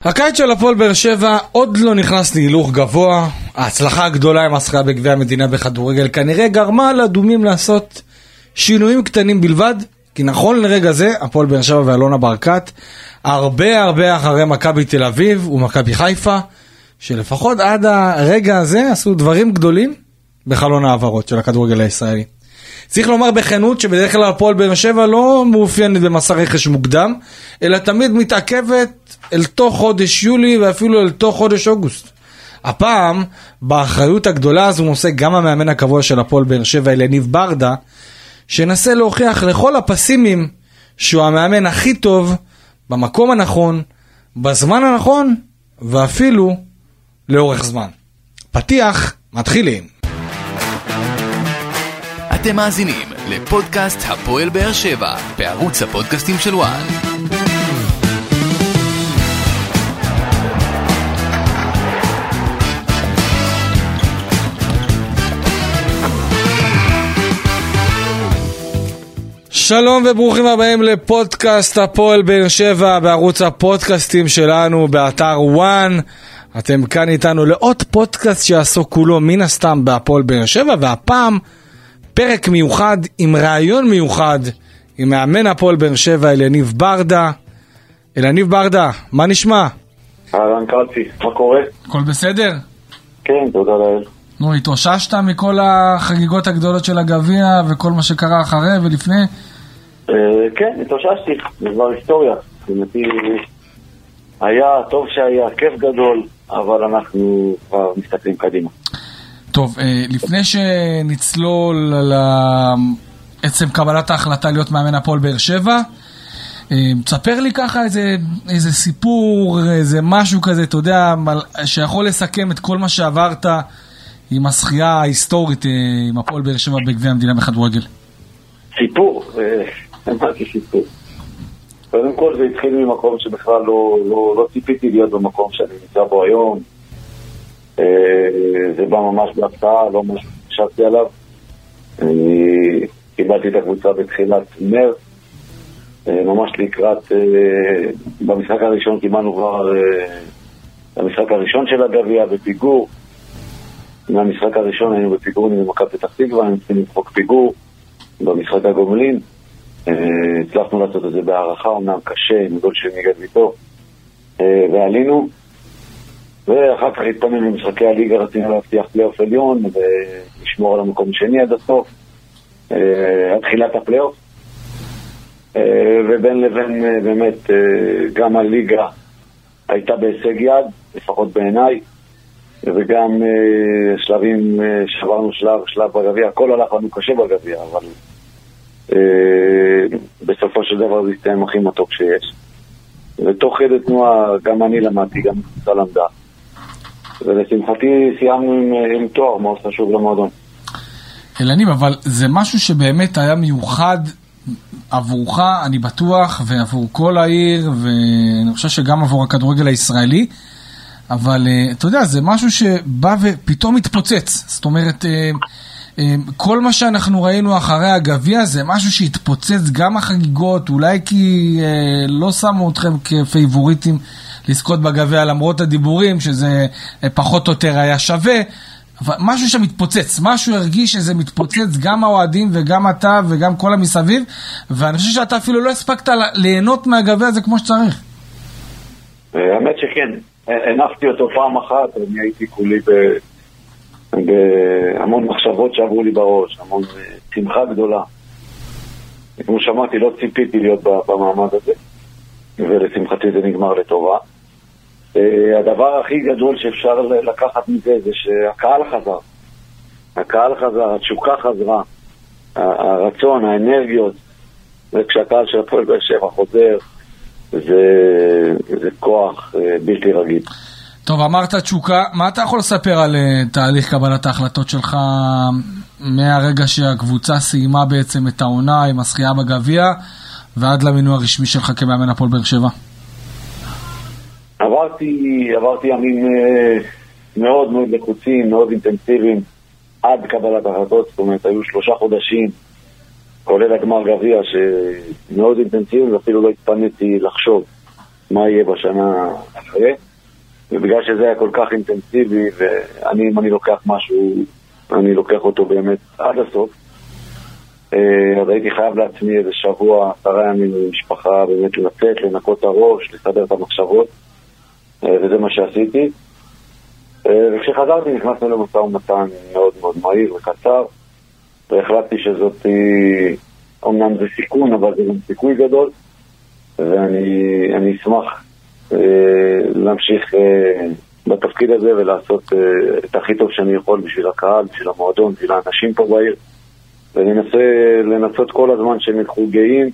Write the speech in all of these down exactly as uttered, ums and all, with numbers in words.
הקיץ של הפועל באר שבע עוד לא נכנס להילוך גבוה. ההצלחה הגדולה עם הזכייה בגביע המדינה בכדורגל כנראה גרמה לאדומים לעשות שינויים קטנים בלבד, כי נכון לרגע זה הפועל באר שבע ואלונה ברקת הרבה הרבה אחרי מכבי תל אביב ומכבי חיפה, שלפחות עד הרגע הזה עשו דברים גדולים בחלון העברות של הכדורגל הישראלי. צריך לומר בכנות שבדרך כלל הפועל באר שבע לא מאופיינת במסע רכש מוקדם, אלא תמיד מתעכבת אל תוך חודש יולי ואפילו אל תוך חודש אוגוסט. הפעם, באחריות הגדולה הזו נושא גם המאמן הקבוע של הפועל באר שבע, יניב ברדה, שנסה להוכיח לכל הפסימים שהוא המאמן הכי טוב, במקום הנכון, בזמן הנכון, ואפילו לאורך זמן. פתיח, מתחילים. אתם מאזינים לפודקאסט הפועל באר שבע, בערוץ הפודקאסטים של וואן. שלום וברוכים הבאים לפודקאסט הפועל באר שבע, בערוץ הפודקאסטים שלנו, באתר וואן. אתם כאן איתנו לעוד פודקאסט שעסוק כולו מן הסתם בהפועל באר שבע, והפעם פרק מיוחד עם רעיון מיוחד עם מאמן הפועל באר שבע יניב ברדה. יניב ברדה, מה נשמע? אהלן קרצי, מה קורה? הכל בסדר? כן, תודה לאל. נו, התאוששת מכל החגיגות הגדולות של הגביע וכל מה שקרה אחרי ולפני? כן, התאוששתי, זה כבר היסטוריה. היה טוב שהיה כיף גדול, אבל אנחנו כבר מסתכלים קדימה. טוב, לפני שנצלול לעצם קבלת ההחלטה להיות מאמן הפועל באר שבע, תספר לי ככה איזה, איזה סיפור, איזה משהו כזה, אתה יודע, שיכול לסכם את כל מה שעברת עם הזכייה ההיסטורית עם הפועל באר שבע בגביע המדינה בכדורגל. סיפור, אמרתי סיפור. קודם כל זה התחיל ממקום שבכלל לא, לא, לא ציפיתי להיות במקום שאני נמצא בו היום. זה בא ממש בהפתעה, לא ממש חשבתי עליו. אני קיבלתי את הקבוצה בתחילת מרץ, ממש לקראת, במשחק הראשון קיבלנו כבר במשחק הראשון של הגביע בפיגור. מהמשחק הראשון היינו בפיגור עם מכבי פתח תקווה, היינו צריכים לדפוק פיגור במשחק הגומלין. הצלחנו לעשות את זה בהערכה, אומנם קשה, עם גול של מיגל ויטור, ועלינו. ואחר כך התפנינו למשחקי הליגה, רצינו להבטיח פלייאוף עליון ולשמור על המקום שני עד הסוף, עד תחילת הפלייאוף. ובין לבין באמת גם הליגה הייתה בהישג יד, לפחות בעיניי, וגם שלבים, שברנו שלב, שלב בגביע, הכל הלך לנו קשה בגביע, אבל בסופו של דבר זה הסתיים הכי מתוק שיש. ותוך כדי תנועה גם אני למדתי, גם קבוצה למדה. ולשמחתי סיימנו עם, עם תואר מאוד חשוב למועדון. אלניב, אבל זה משהו שבאמת היה מיוחד עבורך, אני בטוח, ועבור כל העיר, ואני חושב שגם עבור הכדורגל הישראלי, אבל אתה יודע, זה משהו שבא ופתאום מתפוצץ. זאת אומרת, כל מה שאנחנו ראינו אחרי הגביע זה משהו שהתפוצץ, גם החגיגות, אולי כי לא שמו אתכם כפייבוריטים לזכות בגביע למרות הדיבורים שזה פחות או יותר היה שווה, אבל משהו שמתפוצץ, משהו הרגיש שזה מתפוצץ, גם האוהדים וגם אתה וגם כל המסביב, ואני חושב שאתה אפילו לא הספקת ליהנות מהגביע הזה כמו שצריך. האמת שכן, הנפתי אותו פעם אחת, אני הייתי כולי ב... בהמון מחשבות שעברו לי בראש, המון שמחה גדולה. כמו שאמרתי, לא ציפיתי להיות במעמד הזה, ולשמחתי זה נגמר לטובה. הדבר הכי גדול שאפשר לקחת מזה זה שהקהל חזר. הקהל חזר, התשוקה חזרה, הרצון, האנרגיות, וכשהקהל של הפועל באר שבע חוזר, זה, זה כוח בלתי רגיל. טוב, אמרת תשוקה, מה אתה יכול לספר על uh, תהליך קבלת ההחלטות שלך מהרגע שהקבוצה סיימה בעצם את העונה עם הזכייה בגביע ועד למינוי הרשמי שלך כמאמן הפועל באר שבע? עברתי, עברתי ימים uh, מאוד מאוד לחוצים, מאוד אינטנסיביים עד קבלת ההחלטות, זאת אומרת, היו שלושה חודשים, כולל הגמר גביע, שמאוד אינטנסיביים, ואפילו לא התפניתי לחשוב מה יהיה בשנה אחרי, ובגלל שזה היה כל כך אינטנסיבי, ואני, אם אני לוקח משהו, אני לוקח אותו באמת עד הסוף, אז הייתי חייב לעצמי איזה שבוע, עשרה ימים במשפחה, באמת לצאת, לנקות את הראש, לסדר את המחשבות, וזה מה שעשיתי. וכשחזרתי נכנסנו למשא ומתן מאוד מאוד מהיר וקצר, והחלטתי שזאת, אומנם זה סיכון, אבל זה גם סיכוי גדול, ואני אשמח להמשיך בתפקיד הזה ולעשות את הכי טוב שאני יכול בשביל הקהל, בשביל המועדון, בשביל האנשים פה בעיר, וננסה לנסות כל הזמן שהם יקחו גאים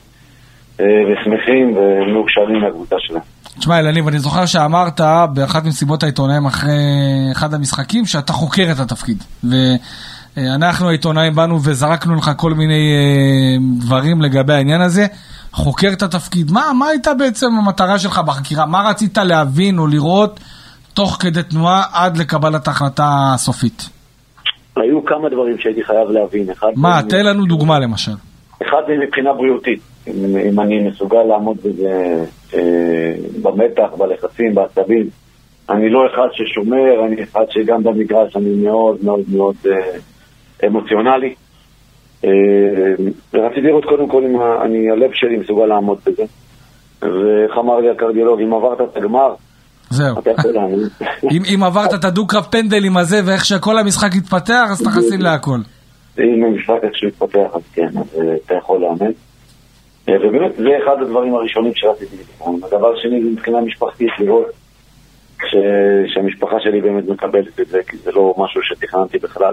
ושמחים ומאושרים מהקבוצה שלהם. תשמע אלניב, אני זוכר שאמרת באחת מסיבות העיתונאים אחרי אחד המשחקים שאתה חוקר את התפקיד, ואנחנו העיתונאים באנו וזרקנו לך כל מיני דברים לגבי העניין הזה. חוקר את התפקיד, מה, מה הייתה בעצם המטרה שלך בחקירה? מה רצית להבין או לראות תוך כדי תנועה עד לקבלת ההחלטה הסופית? היו כמה דברים שהייתי חייב להבין. מה, תן לנו דוגמה למשל. אחד זה מבחינה בריאותית, אם, אם אני מסוגל לעמוד בזה אה, במתח, בלחצים, בעצבים. אני לא אחד ששומר, אני אחד שגם במגרש אני מאוד מאוד מאוד אה, אמוציונלי. אה, ורציתי לראות קודם כל אם אני, הלב שלי מסוגל לעמוד בזה. ואיך אמר לי הקרדיולוג, אם עברת את הגמר, זהו. אם, אם עברת את הדו-קרב פנדלים הזה ואיך שכל המשחק יתפתח, אז אתה חסין להכל. אם המשחק איך שהוא יתפתח, אז כן, אז אתה יכול לאמן. ובאמת, זה אחד הדברים הראשונים שרציתי לתכון. הדבר שני, זה מבחינה משפחתית, לראות ש... שהמשפחה שלי באמת מקבלת את זה, כי זה לא משהו שתכננתי בכלל.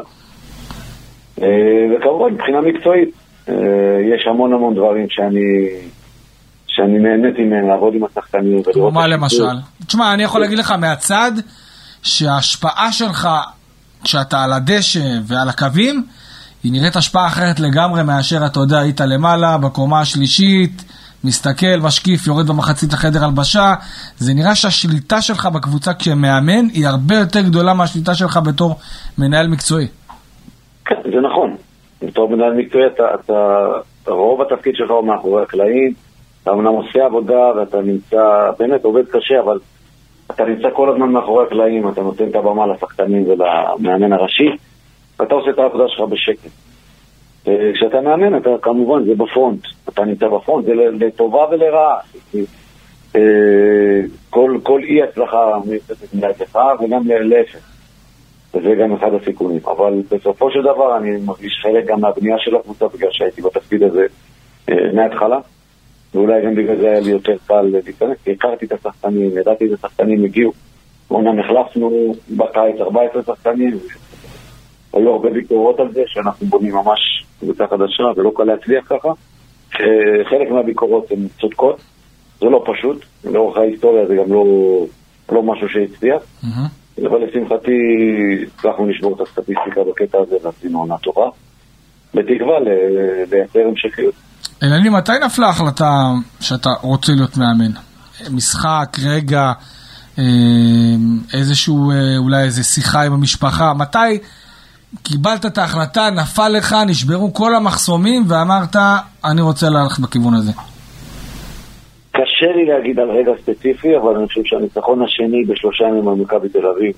וכמובן, מבחינה מקצועית, יש המון המון דברים שאני... שאני נהניתי מהם, לעבוד עם השחקנים. מה למשל? תשמע, אני יכול להגיד לך מהצד, שההשפעה שלך, כשאתה על הדשא ועל הקווים, היא נראית השפעה אחרת לגמרי מאשר, אתה יודע, היית למעלה, בקומה השלישית, מסתכל, משקיף, יורד במחצית לחדר הלבשה. זה נראה שהשליטה שלך בקבוצה כשמאמן, היא הרבה יותר גדולה מהשליטה שלך בתור מנהל מקצועי. כן, זה נכון. בתור מנהל מקצועי, אתה, אתה, רוב התפקיד שלך הוא מאחורי הקלעים, אתה אומנם עושה עבודה ואתה נמצא, באמת עובד קשה, אבל אתה נמצא כל הזמן מאחורי הקלעים, אתה נותן את הבמה לשחקנים ולמאמן הראשי, ואתה עושה את העבודה שלך בשקט. כשאתה מאמן, אתה כמובן, זה בפרונט, אתה נמצא בפרונט, זה לטובה ולרעה. כל, כל אי הצלחה מיוצאת מלהצלחה וגם להפך. וזה גם אחד הסיכונים. אבל בסופו של דבר אני מרגיש חלק גם מהבנייה של הקבוצה, בגלל שהייתי בתפקיד הזה מההתחלה. ואולי גם בגלל זה היה לי יותר קל להיכנס, כי הכרתי את השחקנים, ידעתי את השחקנים הגיעו. אומנם החלפנו בקיץ ארבעה עשר שחקנים, היו הרבה ביקורות על זה, שאנחנו בונים ממש קבוצה חדשה, ולא קל להצליח ככה. חלק מהביקורות הן צודקות, זה לא פשוט, לאורך ההיסטוריה זה גם לא, לא משהו שהצליח, mm-hmm. אבל לשמחתי הצלחנו לשבור את הסטטיסטיקה בקטע הזה, ועשינו עונה טובה, בתקווה לייצר המשכיות. אלניב, מתי נפלה החלטה שאתה רוצה להיות מאמן? משחק, רגע, איזשהו, אולי איזו שיחה עם המשפחה, מתי קיבלת את ההחלטה, נפל לך, נשברו כל המחסומים ואמרת, אני רוצה ללכת בכיוון הזה? קשה לי להגיד על רגע ספציפי, אבל אני חושב שהניצחון השני בשלושה ימים על מכבי תל אביב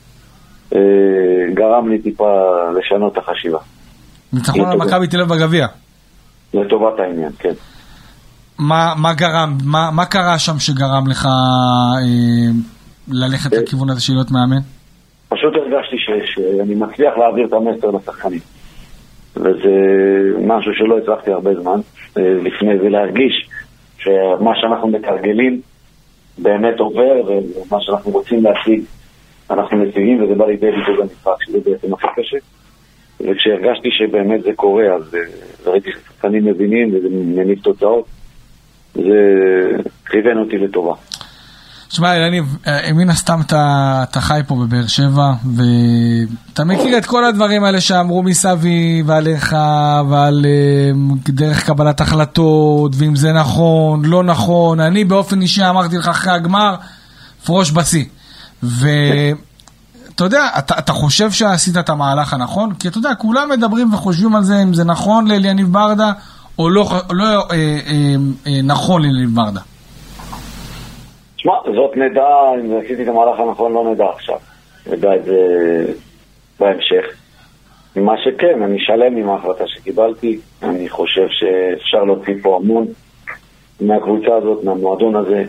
גרם לי טיפה לשנות את החשיבה. ניצחון על מכבי תל אביב בגביע? לטובת העניין, כן. מה, מה גרם, מה, מה קרה שם שגרם לך אה, ללכת לכיוון הזה של להיות מאמן? פשוט הרגשתי ש, שאני מצליח להעביר את המסר לשחקנים. וזה משהו שלא הצלחתי הרבה זמן לפני זה, להרגיש שמה שאנחנו מתרגלים באמת עובר, ומה שאנחנו רוצים להשיג אנחנו משיגים, וזה בא לידי ביטוי במשחק, שזה בעצם הכי קשה. וכשהרגשתי שבאמת זה קורה, אז ראיתי שחקנים מבינים וזה מניב תוצאות, זה כיוון אותי לטובה. תשמע, אלניב, מן הסתם אתה חי פה בבאר שבע, ואתה מכיר את כל הדברים האלה שאמרו מסביב ועליך, ועל דרך קבלת החלטות, ואם זה נכון, לא נכון. אני באופן אישי אמרתי לך אחרי הגמר, פרוש בסי. ואתה יודע, אתה, אתה חושב שעשית את המהלך הנכון? כי אתה יודע, כולם מדברים וחושבים על זה, אם זה נכון לאליניב ברדה, או לא, לא אה, אה, אה, נכון לאליניב ברדה. שמע, זאת נדע, אם עשיתי את המהלך הנכון, לא נדע עכשיו. נדע את זה בהמשך. מה שכן, אני שלם עם ההחלטה שקיבלתי. אני חושב שאפשר להוציא פה המון מהקבוצה הזאת, מהמועדון הזה.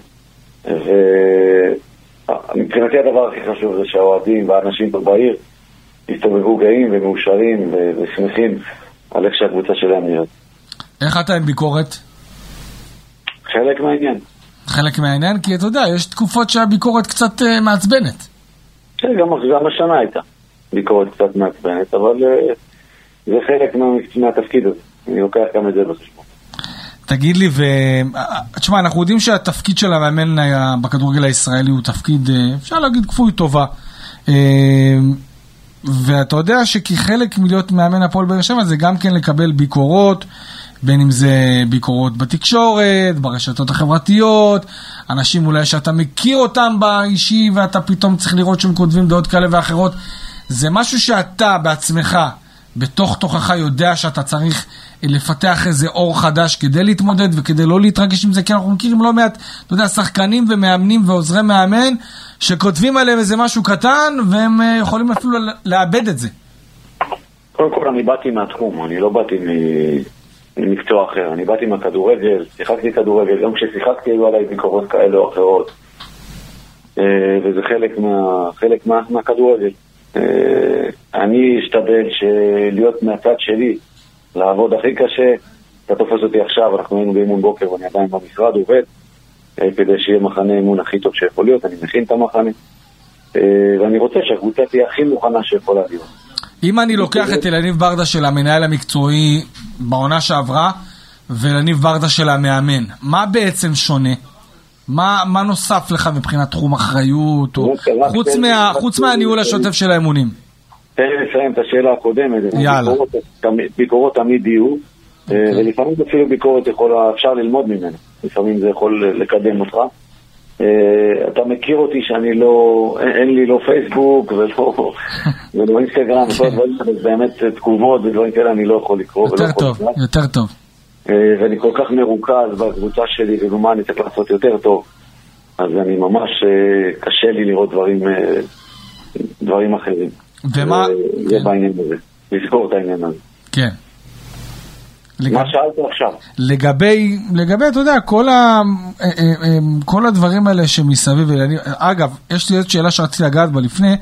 ומבחינתי הדבר הכי חשוב זה שהאוהדים והאנשים פה בעיר יסתובבו גאים ומאושרים ושמחים על איך שהקבוצה שלהם נראית. איך אתה עם ביקורת? חלק מהעניין. חלק מהעניין, כי אתה יודע, יש תקופות שהביקורת קצת uh, מעצבנת. כן, גם, גם השנה הייתה ביקורת קצת מעצבנת, אבל uh, זה חלק מה, מהתפקיד הזה. אני לוקח גם את זה בחשבון. תגיד לי, ו... תשמע, אנחנו יודעים שהתפקיד של המאמן בכדורגל הישראלי הוא תפקיד, אפשר להגיד, כפוי טובה. ואתה יודע שכחלק מלהיות מאמן הפועל באר שבע זה גם כן לקבל ביקורות, בין אם זה ביקורות בתקשורת, ברשתות החברתיות, אנשים אולי שאתה מכיר אותם באישי ואתה פתאום צריך לראות שהם כותבים דעות כאלה ואחרות. זה משהו שאתה בעצמך בתוך תוכך יודע שאתה צריך לפתח איזה אור חדש כדי להתמודד וכדי לא להתרגש עם זה, כי אנחנו מכירים לא מעט, אתה יודע, שחקנים ומאמנים ועוזרי מאמן שכותבים עליהם איזה משהו קטן והם יכולים אפילו לאבד את זה. קודם כל אני באתי מהתחום, אני לא באתי ממקצוע אחר, אני באתי מהכדורגל, שיחקתי כדורגל, גם כששיחקתי היו עליי ביקורות כאלה או אחרות, וזה חלק מה, חלק מה, מהכדורגל. אני אשתדל להיות מהצד שלי, לעבוד הכי קשה. אתה תופס אותי עכשיו, אנחנו היינו באימון בוקר ואני עדיין במשרד עובד, כדי שיהיה מחנה אימון הכי טוב שיכול להיות. אני מכין את המחנה ואני רוצה שהקבוצה תהיה הכי מוכנה שיכולה להיות. אם אני לוקח את אלניב ברדה של המנהל המקצועי בעונה שעברה ואלניב ברדה של המאמן, מה בעצם שונה? מה, מה נוסף לך מבחינת תחום אחריות, או חוץ, מה, חוץ מהניהול השוטף של האמונים? תן לי לסיים את השאלה הקודמת. יאללה. ביקורות, ביקורות תמיד יהיו, ולפעמים אפילו ביקורת יכולה, אפשר ללמוד ממנה. לפעמים זה יכול לקדם אותך. אתה מכיר אותי שאני לא, אין לי לא פייסבוק ולא, ולא אינסטגרם, זה באמת תגובות ודברים כאלה אני לא יכול לקרוא. יותר טוב, יותר טוב. ואני כל כך מרוכז בקבוצה שלי ובמה אני צריך לעשות יותר טוב, אז אני ממש קשה לי לראות דברים דברים אחרים. ומה? זה בעניין הזה, לזכור את העניין הזה. כן. מה שאלת עכשיו? לגבי, לגבי, אתה יודע, כל ה, כל הדברים האלה שמסביב, אגב, יש לי עוד שאלה שרציתי לגעת בה לפני,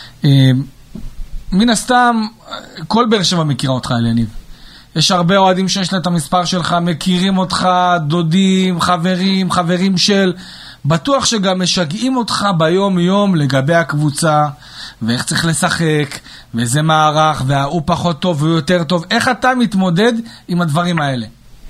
מן הסתם, כל באר שבע מכירה אותך, אלניב. יש הרבה אוהדים שיש לה את המספר שלך, מכירים אותך, דודים, חברים, חברים של, בטוח שגם משגעים אותך ביום יום לגבי הקבוצה, ואיך צריך לשחק, ואיזה מערך, והוא פחות טוב ויותר טוב. איך אתה מתמודד עם הדברים האלה?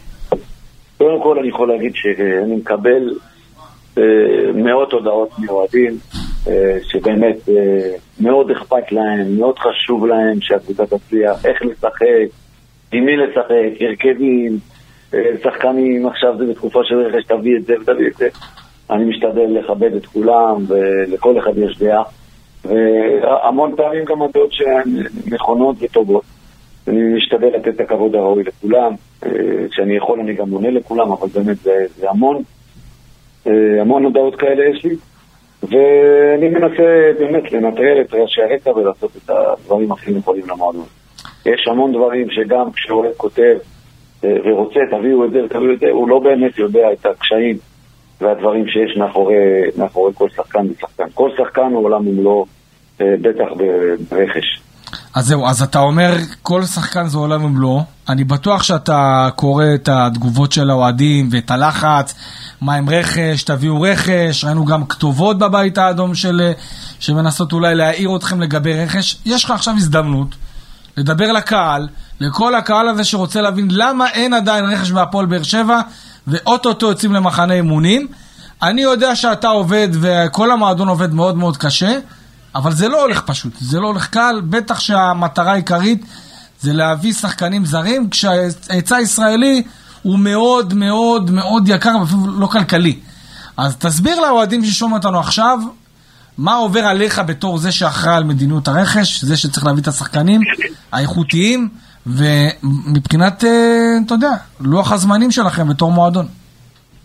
קודם כל אני יכול להגיד שאני מקבל אה, מאות הודעות מאוהדים, אה, שבאמת אה, מאוד אכפת להם, מאוד חשוב להם שהקבוצה תצליח, איך לשחק, עם מי לשחק, הרכבים, שחקנים, עכשיו זה בתקופה של רכש, תביא את זה ותביא את זה. אני משתדל לכבד את כולם, ולכל אחד יש דעה. והמון פעמים גם הדעות שהן נכונות וטובות. אני משתדל לתת את הכבוד הראוי לכולם. כשאני יכול אני גם עונה לכולם, אבל באמת זה, זה המון. המון הודעות כאלה יש לי. ואני מנסה באמת לנטרל את ראשי הרקע ולעשות את הדברים הכי נכונים למועדון. יש המון דברים שגם כשהוא כותב ורוצה, תביאו את זה ותביאו את זה, הוא לא באמת יודע את הקשיים והדברים שיש מאחורי, מאחורי כל שחקן ושחקן. כל שחקן הוא עולם ומלואו, בטח ברכש. אז זהו, אז אתה אומר, כל שחקן זה עולם ומלואו. אני בטוח שאתה קורא את התגובות של האוהדים ואת הלחץ, מה עם רכש, תביאו רכש, ראינו גם כתובות בבית האדום של, שמנסות אולי להעיר אתכם לגבי רכש. יש לך עכשיו הזדמנות לדבר לקהל, לכל הקהל הזה שרוצה להבין למה אין עדיין רכש בהפועל באר שבע, ואוטוטו יוצאים למחנה אימונים. אני יודע שאתה עובד וכל המועדון עובד מאוד מאוד קשה, אבל זה לא הולך פשוט, זה לא הולך קל, בטח שהמטרה העיקרית זה להביא שחקנים זרים, כשההיצע הישראלי הוא מאוד מאוד מאוד יקר, ואפילו לא כלכלי. אז תסביר לאוהדים ששומעים אותנו עכשיו, מה עובר עליך בתור זה שאחראי על מדיניות הרכש, זה שצריך להביא את השחקנים האיכותיים, ומבחינת, אתה יודע, לוח הזמנים שלכם בתור מועדון.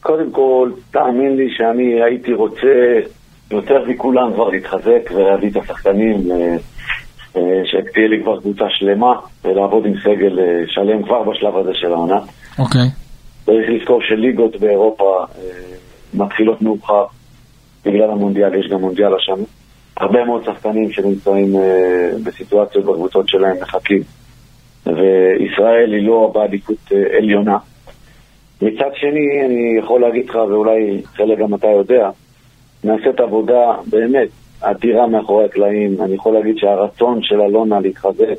קודם כל, תאמין לי שאני הייתי רוצה יותר מכולם כבר להתחזק ולהביא את השחקנים, שתהיה לי כבר קבוצה שלמה ולעבוד עם סגל שלם כבר בשלב הזה של העונה. אוקיי. צריך לזכור שליגות באירופה מתחילות מאוחר בגלל המונדיאל, יש גם מונדיאל השנה. הרבה מאוד שחקנים שנמצאים בסיטואציות בקבוצות שלהם מחכים, וישראל היא לא בעדיפות עליונה. מצד שני, אני יכול להגיד לך, ואולי חלק גם אתה יודע, נעשית עבודה באמת אדירה מאחורי הקלעים. אני יכול להגיד שהרצון של אלונה להתחזק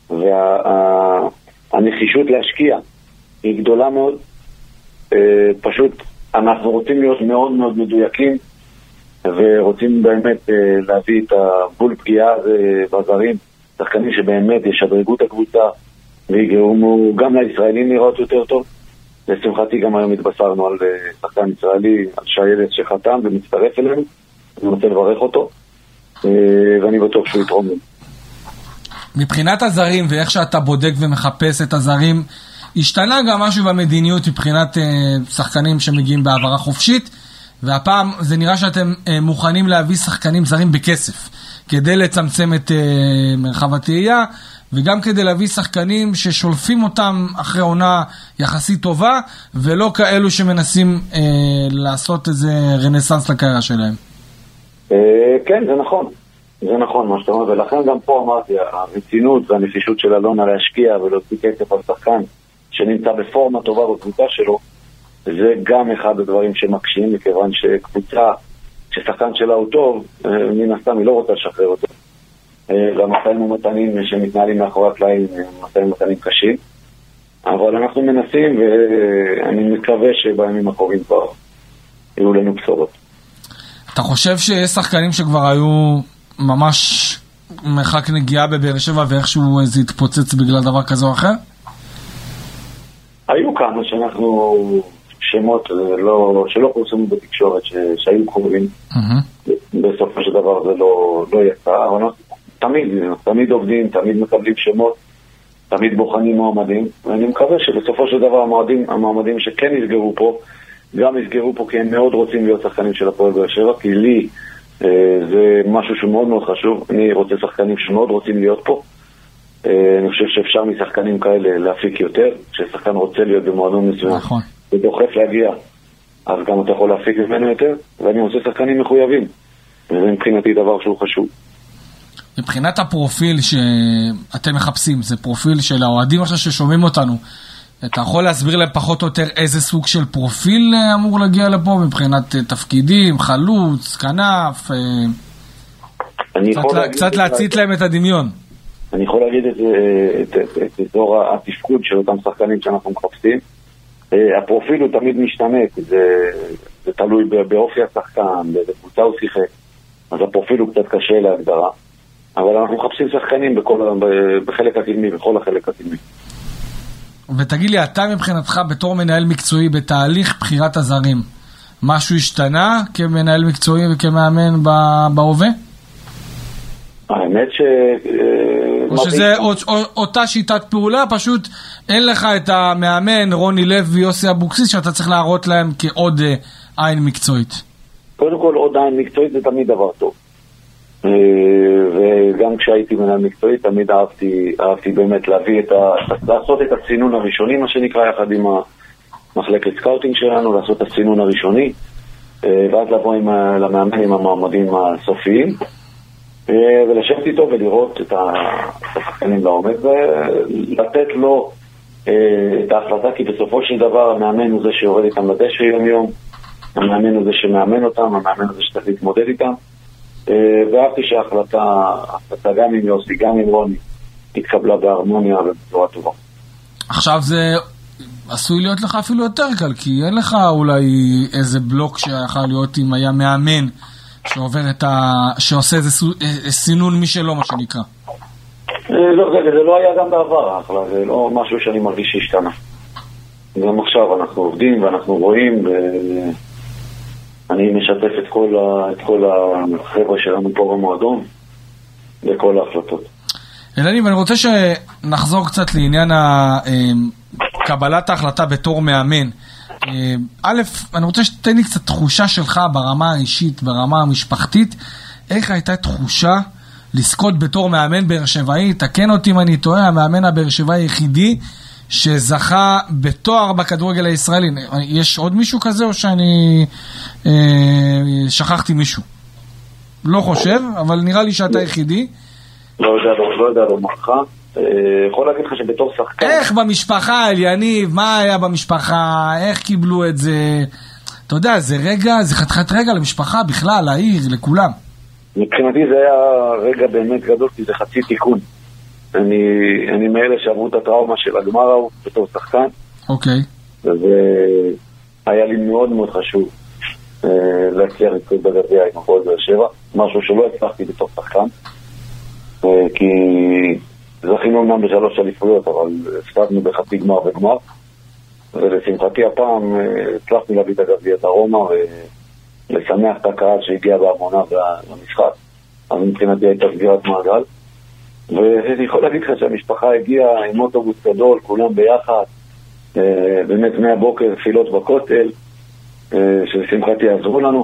והנחישות להשקיע היא גדולה מאוד. פשוט אנחנו רוצים להיות מאוד מאוד מדויקים ורוצים באמת להביא את הבול פגיעה בזרים, שחקנים שבאמת ישדרגו את הקבוצה ויגרמו גם לישראלים לראות יותר טוב. לשמחתי גם היום התבשרנו על שחקן ישראלי, על שיילס שחתם ומצטרף אלינו, אני רוצה לברך אותו ואני בטוח שהוא יתרום. מבחינת הזרים ואיך שאתה בודק ומחפש את הזרים, השתנה גם משהו במדיניות מבחינת שחקנים שמגיעים בעברה חופשית, והפעם זה נראה שאתם מוכנים להביא שחקנים זרים בכסף כדי לצמצם את מרחב התהייה, וגם כדי להביא שחקנים ששולפים אותם אחרי עונה יחסית טובה, ולא כאלו שמנסים אה, לעשות איזה רנסנס לקריירה שלהם. אה, כן, זה נכון. זה נכון מה שאתה אומר, ולכן גם פה אמרתי, הרצינות והנחישות של אלונה להשקיע ולהוציא כסף על שחקן שנמצא בפורמה טובה בקבוצה שלו, זה גם אחד הדברים שמקשים, מכיוון שקבוצה ששחקן שלה הוא טוב, מן הסתם היא לא רוצה לשחרר אותו. והמשאים ומתנים שמתנהלים מאחורי הקלעים הם משאים ומתנים קשים, אבל אנחנו מנסים ואני מקווה שבימים הקרובים כבר יהיו לנו בשורות. אתה חושב שיש שחקנים שכבר היו ממש מרחק נגיעה בבאר שבע ואיכשהו זה התפוצץ בגלל דבר כזה או אחר? היו כמה שאנחנו שמות לא, שלא פורסמו בתקשורת ש, שהיו קרובים. Mm-hmm. בסופו של דבר זה לא, לא יצא, אבל תמיד, תמיד עובדים, תמיד מקבלים שמות, תמיד בוחנים מועמדים, ואני מקווה שבסופו של דבר המועמדים, המועמדים שכן יסגרו פה, גם יסגרו פה כי הם מאוד רוצים להיות שחקנים של הפועל באר שבע, כי לי אה, זה משהו שהוא מאוד מאוד חשוב. אני רוצה שחקנים שמאוד רוצים להיות פה. אה, אני חושב שאפשר משחקנים כאלה להפיק יותר, כששחקן רוצה להיות במועדון מסוים, נכון. ודוחף להגיע, אז גם אתה יכול להפיק ממנו יותר, ואני רוצה שחקנים מחויבים, וזה מבחינתי דבר שהוא חשוב. מבחינת הפרופיל שאתם מחפשים, זה פרופיל של האוהדים עכשיו ששומעים אותנו, אתה יכול להסביר להם פחות או יותר איזה סוג של פרופיל אמור להגיע לפה, מבחינת תפקידים, חלוץ, כנף, קצת, לה, קצת להצית להם את הדמיון. אני יכול להגיד את, את, את, את אזור התפקוד של אותם שחקנים שאנחנו מחפשים. הפרופיל הוא תמיד משתנה, זה, זה תלוי באופי השחקן, באיזה קבוצה הוא שיחק, אז הפרופיל הוא קצת קשה להגדרה. אבל אנחנו מחפשים שחקנים בכל, בחלק הקדמי, בכל החלק הקדמי. ותגיד לי, אתה מבחינתך בתור מנהל מקצועי בתהליך בחירת הזרים, משהו השתנה כמנהל מקצועי וכמאמן בהווה? האמת ש... או שזה אותה שיטת פעולה, פשוט אין לך את המאמן רוני לב ויוסי אבוקסיס שאתה צריך להראות להם כעוד עין מקצועית. קודם כל, עוד עין מקצועית זה תמיד דבר טוב. וגם כשהייתי מנהל מקצועי תמיד אהבתי, אהבתי באמת להביא את ה... לעשות את הצינון הראשוני, מה שנקרא, יחד עם המחלקת סקאוטינג שלנו, לעשות את הצינון הראשוני, ואז לבוא עם, למאמן עם המועמדים הסופיים, ולשבת איתו ולראות את השחקנים לעומד, ולתת לו את ההחלטה, כי בסופו של דבר המאמן הוא זה שיורד איתם לדשא יום יום, המאמן הוא זה שמאמן אותם, המאמן הוא זה שצריך להתמודד איתם, ואהבתי שההחלטה, ההחלטה גם עם יוסי, גם עם רוני, התקבלה בהרמוניה ובצורה טובה. עכשיו זה עשוי להיות לך אפילו יותר קל, כי אין לך אולי איזה בלוק שיכול להיות אם היה מאמן שעובר את ה... שעושה איזה סינון משלו, מה שנקרא. לא, זה, זה לא היה גם בעבר, זה לא משהו שאני מרגיש שהשתנה. גם עכשיו אנחנו עובדים ואנחנו רואים, ואני משתף את כל, ה... את כל החבר'ה שלנו פה במועדון, לכל ההחלטות. אלני, ואני רוצה שנחזור קצת לעניין קבלת ההחלטה בתור מאמן. א', אני רוצה שתתן לי קצת תחושה שלך ברמה האישית, ברמה המשפחתית, איך הייתה תחושה לזכות בתור מאמן באר שבעי, תקן אותי אם אני טועה, המאמן הבאר שבעי היחידי שזכה בתואר בכדורגל הישראלי. יש עוד מישהו כזה או שאני אה, שכחתי מישהו? לא חושב, אבל נראה לי שאתה היחידי. לא יודע, לא יודע, לא מרחה. יכול להגיד לך שבתור שחקן... איך במשפחה, אליניב, מה היה במשפחה, איך קיבלו את זה? אתה יודע, זה רגע, זה חתיכת רגע למשפחה בכלל, לעיר, לכולם. מבחינתי זה היה רגע באמת גדול, כי זה חצי תיקון. אני, אני מאלה שעברו את הטראומה של הגמר ההוא בתור שחקן. אוקיי. והיה לי מאוד מאוד חשוב אה, להצליח לצאת בגביע עם הפועל באר שבע, משהו שלא הצלחתי בתור שחקן, אה, כי זכינו אמנם בשלוש אליפויות, אבל הפסדנו בחצי גמר וגמר, ולשמחתי הפעם אה, הצלחתי להביא את הגביע דרומה ולשמח את הקהל שהגיע בהמונה במשחק. אז מבחינתי הייתה סגירת מעגל. ואני יכול להגיד לך שהמשפחה הגיעה עם אוטובוס גדול, כולם ביחד, באמת מהבוקר תפילות בכותל, שלשמחתי יעזרו לנו,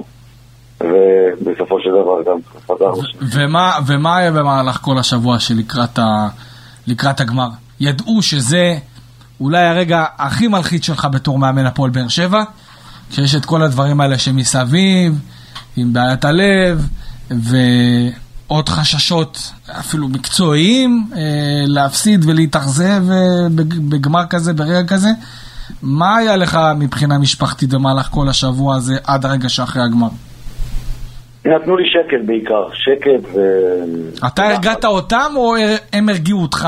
ובסופו של דבר גם חזרנו. ומה, ומה היה במהלך כל השבוע שלקראת ה, לקראת הגמר? ידעו שזה אולי הרגע הכי מלחיץ שלך בתור מאמן הפועל באר שבע, כשיש את כל הדברים האלה שמסביב, עם בעיית הלב, ו... עוד חששות אפילו מקצועיים להפסיד ולהתאכזב בגמר כזה, ברגע כזה. מה היה לך מבחינה משפחתית במהלך כל השבוע הזה עד הרגע שאחרי הגמר? נתנו לי שקט בעיקר, שקט ו... אתה הרגעת אותם או הם הרגיעו אותך?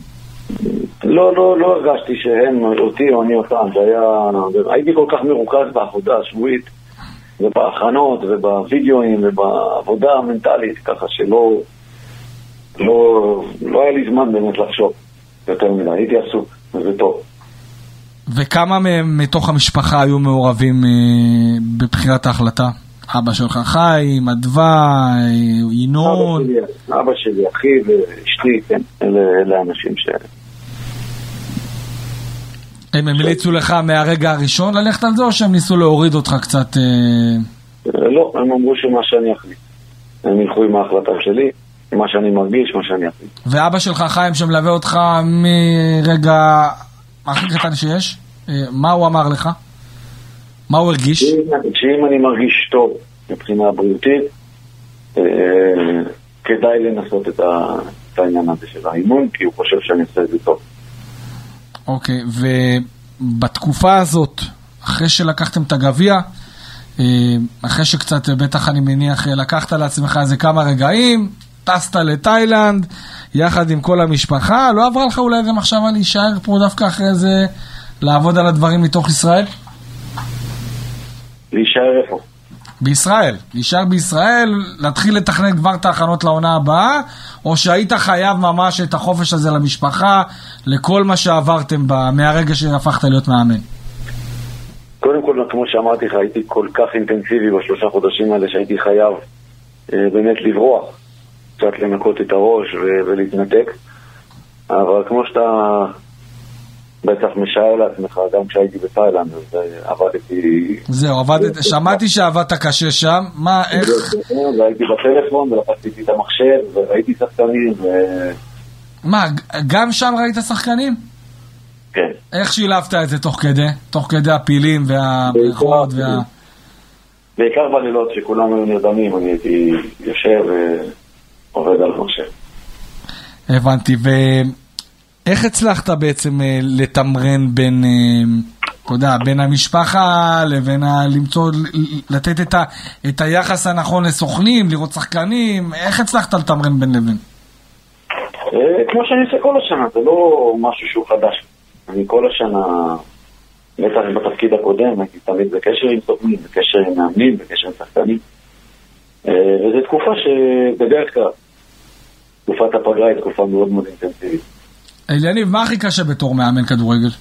לא, לא, לא הרגשתי שהם אותי או אני אותם. זה היה... הייתי כל כך מרוכז בעבודה השבועית ובהכנות ובווידאוים ובעבודה המנטלית, ככה שלא לא, לא היה לי זמן באמת לחשוב יותר מדי, הייתי עסוק, וזה טוב. וכמה מתוך המשפחה היו מעורבים בבחירת ההחלטה? אבא שלך חיים, אדווה, ינון? אבא שלי, אבא שלי, אחי ואשתי, כן, אלה, אלה האנשים ש... הם המליצו לך מהרגע הראשון ללכת על זה, או שהם ניסו להוריד אותך קצת? לא, הם אמרו שמה שאני אחליט. הם ילכו עם ההחלטה שלי, מה שאני מרגיש, מה שאני אחליט. ואבא שלך חיים שמלווה אותך מרגע הכי קטן שיש, מה הוא אמר לך? מה הוא הרגיש? שאם אני מרגיש טוב מבחינה בריאותית, כדאי לנסות את העניין הזה של האימון, כי הוא חושב שאני עושה את זה טוב. אוקיי, ובתקופה הזאת, אחרי שלקחתם את הגביע, אחרי שקצת, בטח אני מניח, לקחת לעצמך איזה כמה רגעים, טסת לתאילנד, יחד עם כל המשפחה, לא עברה לך אולי איזה מחשבה להישאר פה דווקא אחרי זה, לעבוד על הדברים מתוך ישראל? להישאר איפה? בישראל, להישאר בישראל, להתחיל לתכנן כבר את ההכנות לעונה הבאה, או שהיית חייב ממש את החופש הזה למשפחה, לכל מה שעברתם בה, מהרגע שהפכת להיות מאמן? קודם כל, כמו שאמרתי לך, הייתי כל כך אינטנסיבי בשלושה חודשים האלה, שהייתי חייב אה, באמת לברוח, קצת לנקות את הראש ו- ולהתנתק, אבל כמו שאתה בטח משער לעצמך, גם כשהייתי בתאילנד, אז עבדתי... זהו, עבדת, שמעתי שעבדת קשה שם, מה, איך... והייתי בטלפון, ולחצתי את המחשב, וראיתי שחקנים, ו... מה, גם שם ראית שחקנים? כן. איך שילבת את זה תוך כדי? תוך כדי הפילים והבריכות וה... בעיקר בלילות שכולם היו נרדמים, אני הייתי יושב ועובד על המחשב. הבנתי, ו... איך הצלחת בעצם לתמרן בין, אתה יודע, בין המשפחה לבין ה... למצוא, לתת את, ה... את היחס הנכון לסוכנים, לראות שחקנים? איך הצלחת לתמרן בין לבין? כמו שאני עושה כל השנה, זה לא משהו שהוא חדש. אני כל השנה, בטח בתפקיד הקודם, הייתי תמיד בקשר עם סוכנים, בקשר עם מאמנים, בקשר עם שחקנים. וזו תקופה שבדרך כלל, תקופת הפגרה היא תקופה מאוד מאוד אינטנסיבית. אליניב, מה הכי קשה בתור מאמן כדורגל?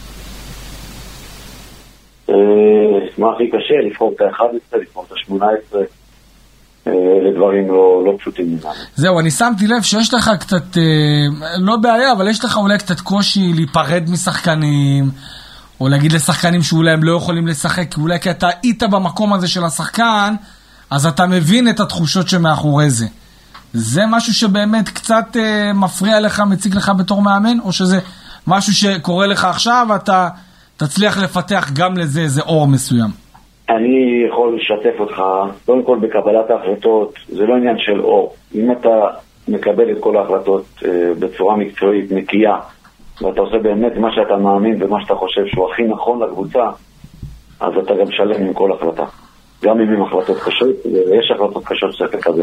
מה הכי קשה? לבחור את ה-אחת עשרה, לבחור את ה-שמונה עשרה, לדברים לא, לא פשוטים ממנו. זהו, אני שמתי לב שיש לך קצת, לא בעיה, אבל יש לך אולי קצת קושי להיפרד משחקנים, או להגיד לשחקנים שאולי הם לא יכולים לשחק, כי אולי כי אתה היית במקום הזה של השחקן, אז אתה מבין את התחושות שמאחורי זה. זה משהו שבאמת קצת אה, מפריע לך, מציג לך בתור מאמן, או שזה משהו שקורה לך עכשיו, אתה תצליח לפתח גם לזה איזה אור מסוים? אני יכול לשתף אותך, קודם כל בקבלת ההחלטות, זה לא עניין של אור. אם אתה מקבל את כל ההחלטות אה, בצורה מקצועית, נקייה, ואתה עושה באמת מה שאתה מאמין ומה שאתה חושב שהוא הכי נכון לקבוצה, אז אתה גם שלם עם כל החלטה. גם אם עם החלטות קשות, ויש החלטות קשות שצריך לקבל.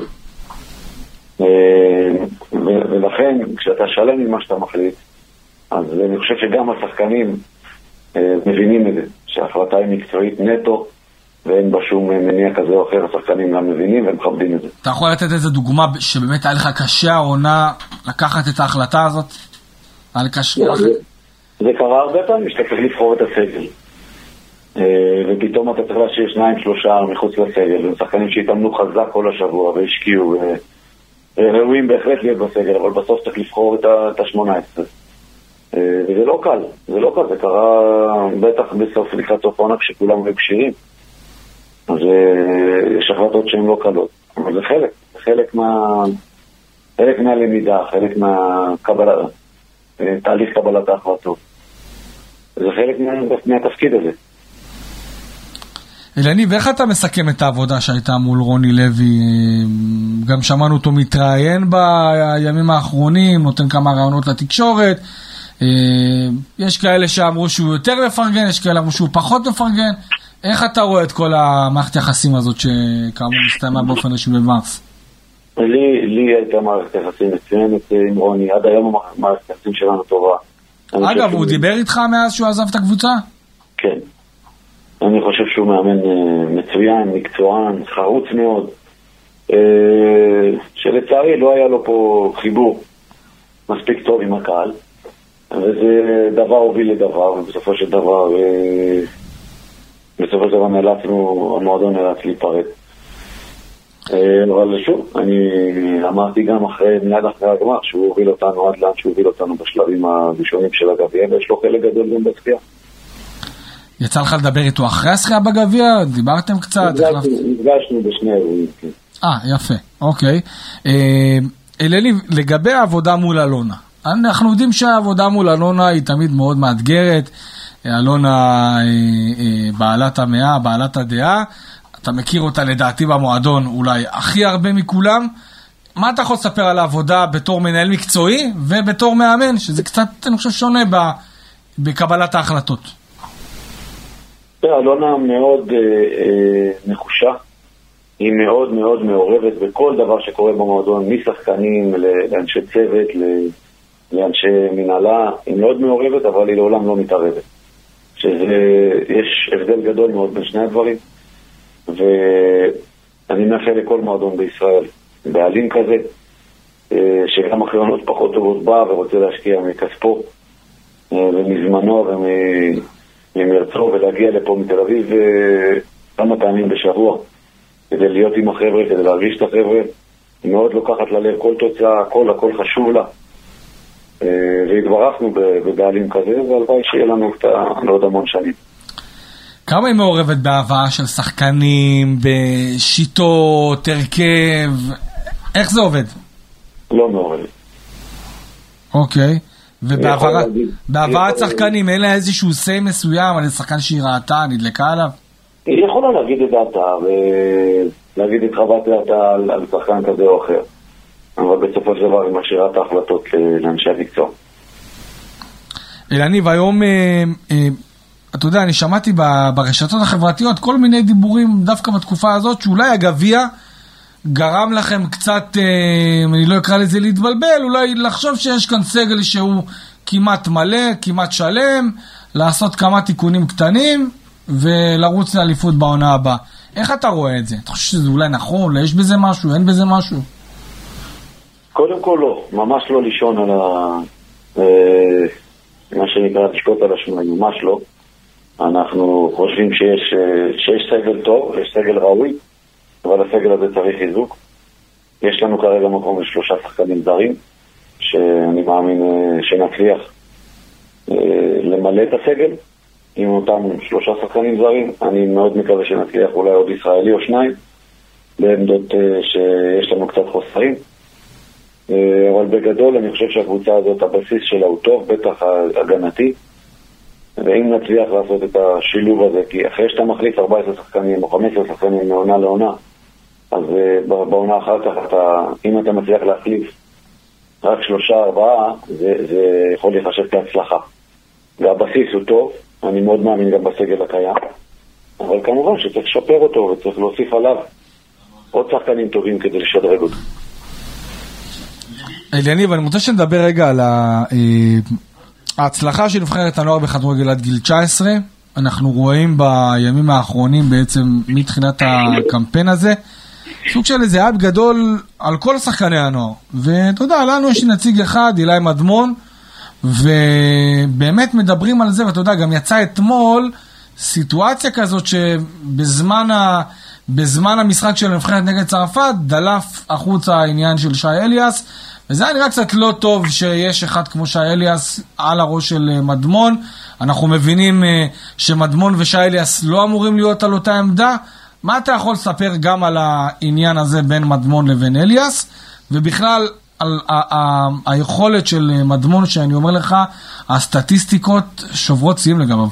ולכן, כשאתה שלם עם מה שאתה מחליט, אז אני חושב שגם השחקנים מבינים את זה, שההחלטה היא מקצועית נטו, ואין בה שום מניע כזה או אחר, השחקנים גם מבינים ומכבדים את זה. אתה יכול לתת איזה דוגמה שבאמת היה לך קשה העונה לקחת את ההחלטה הזאת? זה קרה הרבה פעמים שאתה צריך לבחור את הסגל, ופתאום אתה צריך להשאיר שניים שלושה מחוץ לסגל, ושחקנים שהתאמנו חזק כל השבוע והשקיעו ראויים בהחלט להיות בסגל, אבל בסוף צריך לבחור את ה-שמונה עשרה, וזה לא קל, זה לא קל, זה קרה בטח בסוף לקראת סוף העונה כשכולם היו קשירים, אז יש החלטות שהן לא קלות, אבל זה חלק, זה חלק מה חלק מהלמידה, חלק מהקבלה, תהליך קבלת ההחלטות. זה חלק מהתפקיד הזה. אלני, ואיך אתה מסכם את העבודה שהייתה מול רוני לוי? גם שמענו אותו מתראיין בימים האחרונים, נותן כמה רעיונות לתקשורת. יש כאלה שאמרו שהוא יותר מפרגן, יש כאלה אמרו שהוא פחות מפרגן. איך אתה רואה את כל המערכת יחסים הזאת שכאמור מסתיימה באופן רשמי במרס? לי, לי הייתה מערכת יחסים מצוינת עם רוני, עד היום המערכת יחסים שלנו טובה. אגב, הוא דיבר איתך מאז שהוא עזב את הקבוצה? כן. אני חושב שהוא מאמן מצוין, מקצוען, חרוץ מאוד, שלצערי לא היה לו פה חיבור מספיק טוב עם הקהל, וזה דבר הוביל לדבר, ובסופו של דבר, בסופו של דבר נאלצנו, המועדון נאלץ להיפרד. אבל שוב, אני אמרתי גם אחרי, מיד אחרי הגמר, שהוא הוביל אותנו עד לאן שהוא הוביל אותנו בשלבים הראשונים של הגביע, ויש לו חלק גדול גם בזכייה. יצא לך לדבר איתו אחרי הזכייה בגביע? דיברתם קצת? נפגשנו בשני אירועים. אה, יפה, אוקיי. אללי, לגבי העבודה מול אלונה, אנחנו יודעים שהעבודה מול אלונה היא תמיד מאוד מאתגרת, אלונה בעלת המאה, בעלת הדעה, אתה מכיר אותה לדעתי במועדון אולי הכי הרבה מכולם. מה אתה יכול לספר על העבודה בתור מנהל מקצועי ובתור מאמן, שזה קצת, אני חושב, שונה בקבלת ההחלטות? אלונה מאוד אה, אה, נחושה, היא מאוד מאוד מעורבת בכל דבר שקורה במועדון, משחקנים לאנשי צוות, לאנשי מנהלה, היא מאוד מעורבת, אבל היא לעולם לא מתערבת. שיש הבדל גדול מאוד בין שני הדברים, ואני מאחל לכל מועדון בישראל, בעלים כזה, שגם אחרי עונות פחות טובות בא ורוצה להשקיע מכספו ומזמנו וממרצו ולהגיע לפה מתל אביב כמה פעמים בשבוע כדי להיות עם החבר'ה, כדי להרגיש את החבר'ה. היא מאוד לוקחת ללב כל תוצאה, הכל, הכל חשוב לה, והתברכנו בבעלים כזה, והלוואי שיהיה לנו עוד המון שנים. כמה היא מעורבת בהבאה של שחקנים, בשיטות, הרכב? איך זה עובד? לא מעורבת. אוקיי. ובהבאת שחקנים, אין לה איזשהו סי מסוים על שחקן שהיא ראתה, נדלקה עליו? היא יכולה להגיד את דעתה, ולהגיד את חוות דעתה על שחקן כזה או אחר. אבל בסופו של דבר היא משאירה את ההחלטות לאנשי המקצוע. אלני, והיום... אתה יודע, אני שמעתי ברשתות החברתיות כל מיני דיבורים דווקא בתקופה הזאת, שאולי הגביע גרם לכם קצת, אני לא אקרא לזה להתבלבל, אולי לחשוב שיש כאן סגל שהוא כמעט מלא, כמעט שלם, לעשות כמה תיקונים קטנים, ולרוץ לאליפות בעונה הבאה. איך אתה רואה את זה? אתה חושב שזה אולי נכון? יש בזה משהו? אין בזה משהו? קודם כל לא, ממש לא לישון על ה... מה שנקרא לשקוט על השמיים, ממש לא. אנחנו חושבים שיש, שיש סגל טוב, יש סגל ראוי, אבל הסגל הזה צריך חיזוק. יש לנו כרגע מקום לשלושה שחקנים זרים, שאני מאמין שנצליח למלא את הסגל, עם אותם שלושה שחקנים זרים. אני מאוד מקווה שנצליח אולי עוד ישראלי או שניים, בעמדות שיש לנו קצת חוסרים. אבל בגדול אני חושב שהקבוצה הזאת, הבסיס שלה הוא טוב, בטח הגנתי. ואם נצליח לעשות את השילוב הזה, כי אחרי שאתה מחליף ארבעה עשר שחקנים או חמישה עשר שחקנים מעונה לעונה, אז בעונה אחר כך, אתה, אם אתה מצליח להחליף רק שלושה, ארבעה, זה, זה יכול להיחשב כהצלחה. והבסיס הוא טוב, אני מאוד מאמין גם בסגל הקיים, אבל כמובן שצריך לשפר אותו וצריך להוסיף עליו עוד שחקנים טובים כדי לשדרג אותו. אליניב, אני רוצה שנדבר רגע על ההצלחה של נבחרת הנוער בכדורגל עד גיל תשע עשרה. אנחנו רואים בימים האחרונים בעצם מתחילת הקמפיין הזה סוג של איזה אב גדול על כל שחקני הנוער, ואתה יודע, לנו יש נציג אחד, אילי מדמון, ובאמת מדברים על זה, ואתה יודע, גם יצא אתמול סיטואציה כזאת שבזמן ה... בזמן המשחק של הנבחרת נגד צרפת דלף החוצה העניין של שי אליאס, וזה היה נראה קצת לא טוב שיש אחד כמו שי אליאס על הראש של מדמון. אנחנו מבינים שמדמון ושי אליאס לא אמורים להיות על אותה עמדה. מה אתה יכול לספר גם על העניין הזה בין מדמון לבין אליאס, ובכלל על היכולת של מדמון, שאני אומר לך, הסטטיסטיקות שוברות שיאים לגביו?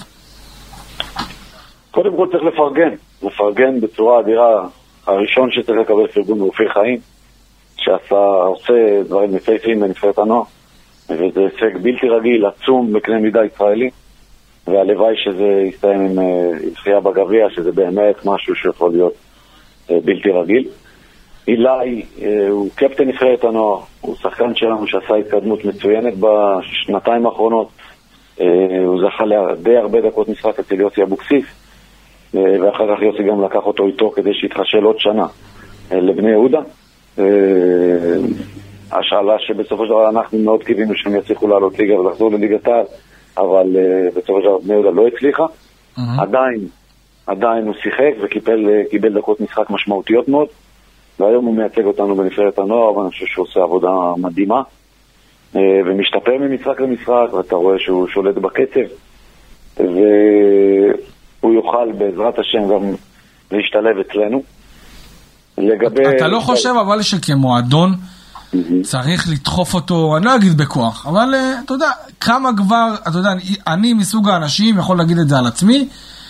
קודם כל צריך לפרגן, לפרגן בצורה אדירה. הראשון שצריך לקבל פרגון הוא אופיר חיים, שעשה, עושה דברים מפייפים בנבחרת הנוער, וזה הישג בלתי רגיל, עצום בקנה מידה ישראלי, והלוואי שזה יסתיים עם זכייה בגביע, שזה באמת משהו שיכול להיות בלתי רגיל. אילי הוא קפטן נבחרת הנוער, הוא שחקן שלנו שעשה התקדמות מצוינת בשנתיים האחרונות, הוא זכה די הרבה דקות משחק אצל יוסי אבוקסיס, ואחר כך יוסי גם לקח אותו איתו כדי שיתחשל עוד שנה לבני יהודה. השאלה שבסופו של דבר אנחנו מאוד קיווינו שהם יצליחו לעלות ליגה ולחזור לליגת העל, אבל בסופו של דבר בני יהודה לא הצליחה. עדיין, עדיין הוא שיחק וקיבל דקות משחק משמעותיות מאוד, והיום הוא מייצג אותנו בנבחרת הנוער, ואני חושב שהוא עושה עבודה מדהימה ומשתפר ממשחק למשחק, ואתה רואה שהוא שולט בקצב, והוא יוכל בעזרת השם גם להשתלב אצלנו. לגבי... אתה לא חושב אבל שכמועדון צריך לדחוף אותו, אני לא אגיד בכוח, אבל אתה יודע, כמה כבר, אתה יודע, אני מסוג האנשים, יכול להגיד את זה על עצמי,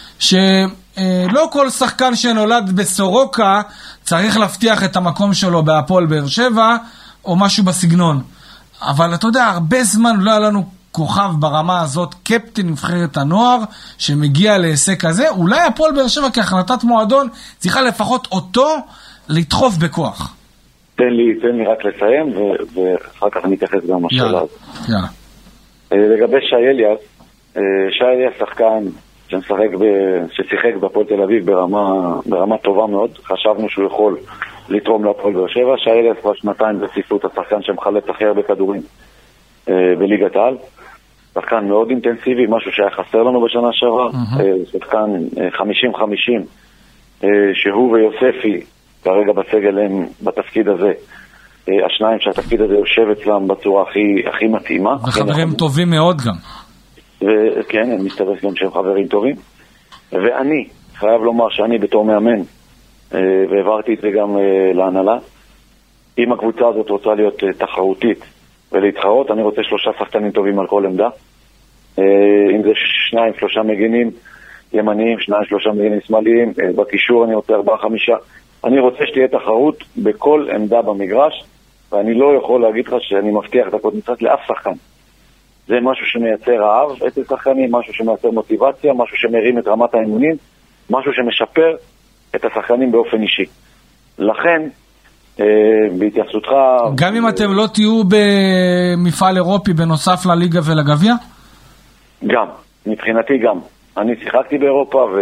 שלא כל שחקן שנולד בסורוקה צריך להבטיח את המקום שלו בהפועל באר שבע או משהו בסגנון, אבל אתה יודע, הרבה זמן לא היה לנו כוכב ברמה הזאת, קפטן נבחרת הנוער שמגיע להישג כזה. אולי הפועל באר שבע כהחלטת מועדון צריכה לפחות אותו לדחוף בכוח. תן לי, תן לי רק לסיים ואחר כך אני אתייחס גם לשאלה הזאת. יאללה. לגבי שי אליאס, שי אליאס שחקן שמשחק ב... ששיחק בהפועל תל אביב ברמה, ברמה טובה מאוד. חשבנו שהוא יכול לתרום להפועל באר שבע. שי אליאס כבר שנתיים ברציפות השחקן שמחלץ הכי הרבה כדורים בליגת העל. שחקן מאוד אינטנסיבי, משהו שהיה חסר לנו בשנה שעברה. שחקן חמישים חמישים, שהוא ויוספי כרגע בסגל הם בתפקיד הזה, השניים שהתפקיד הזה יושב אצלם בצורה הכי, הכי מתאימה. וחברים טובים מאוד גם. וכן, אני מסתבר גם שהם חברים טובים. ואני חייב לומר שאני בתור מאמן, והעברתי את זה גם להנהלה, אם הקבוצה הזאת רוצה להיות תחרותית ולהתחרות, אני רוצה שלושה שחקנים טובים על כל עמדה. אם זה שניים, שלושה מגינים ימניים, שניים, שלושה מגינים שמאליים, בקישור אני רוצה ארבעה, חמישה. אני רוצה שתהיה תחרות בכל עמדה במגרש, ואני לא יכול להגיד לך שאני מבטיח דקות משחק לאף שחקן. זה משהו שמייצר רעב אצל שחקנים, משהו שמייצר מוטיבציה, משהו שמרים את רמת האימונים, משהו שמשפר את השחקנים באופן אישי. לכן, אה, בהתייחסותך... גם אם אתם לא תהיו במפעל אירופי בנוסף לליגה ולגביע? גם, מבחינתי גם. אני שיחקתי באירופה ו...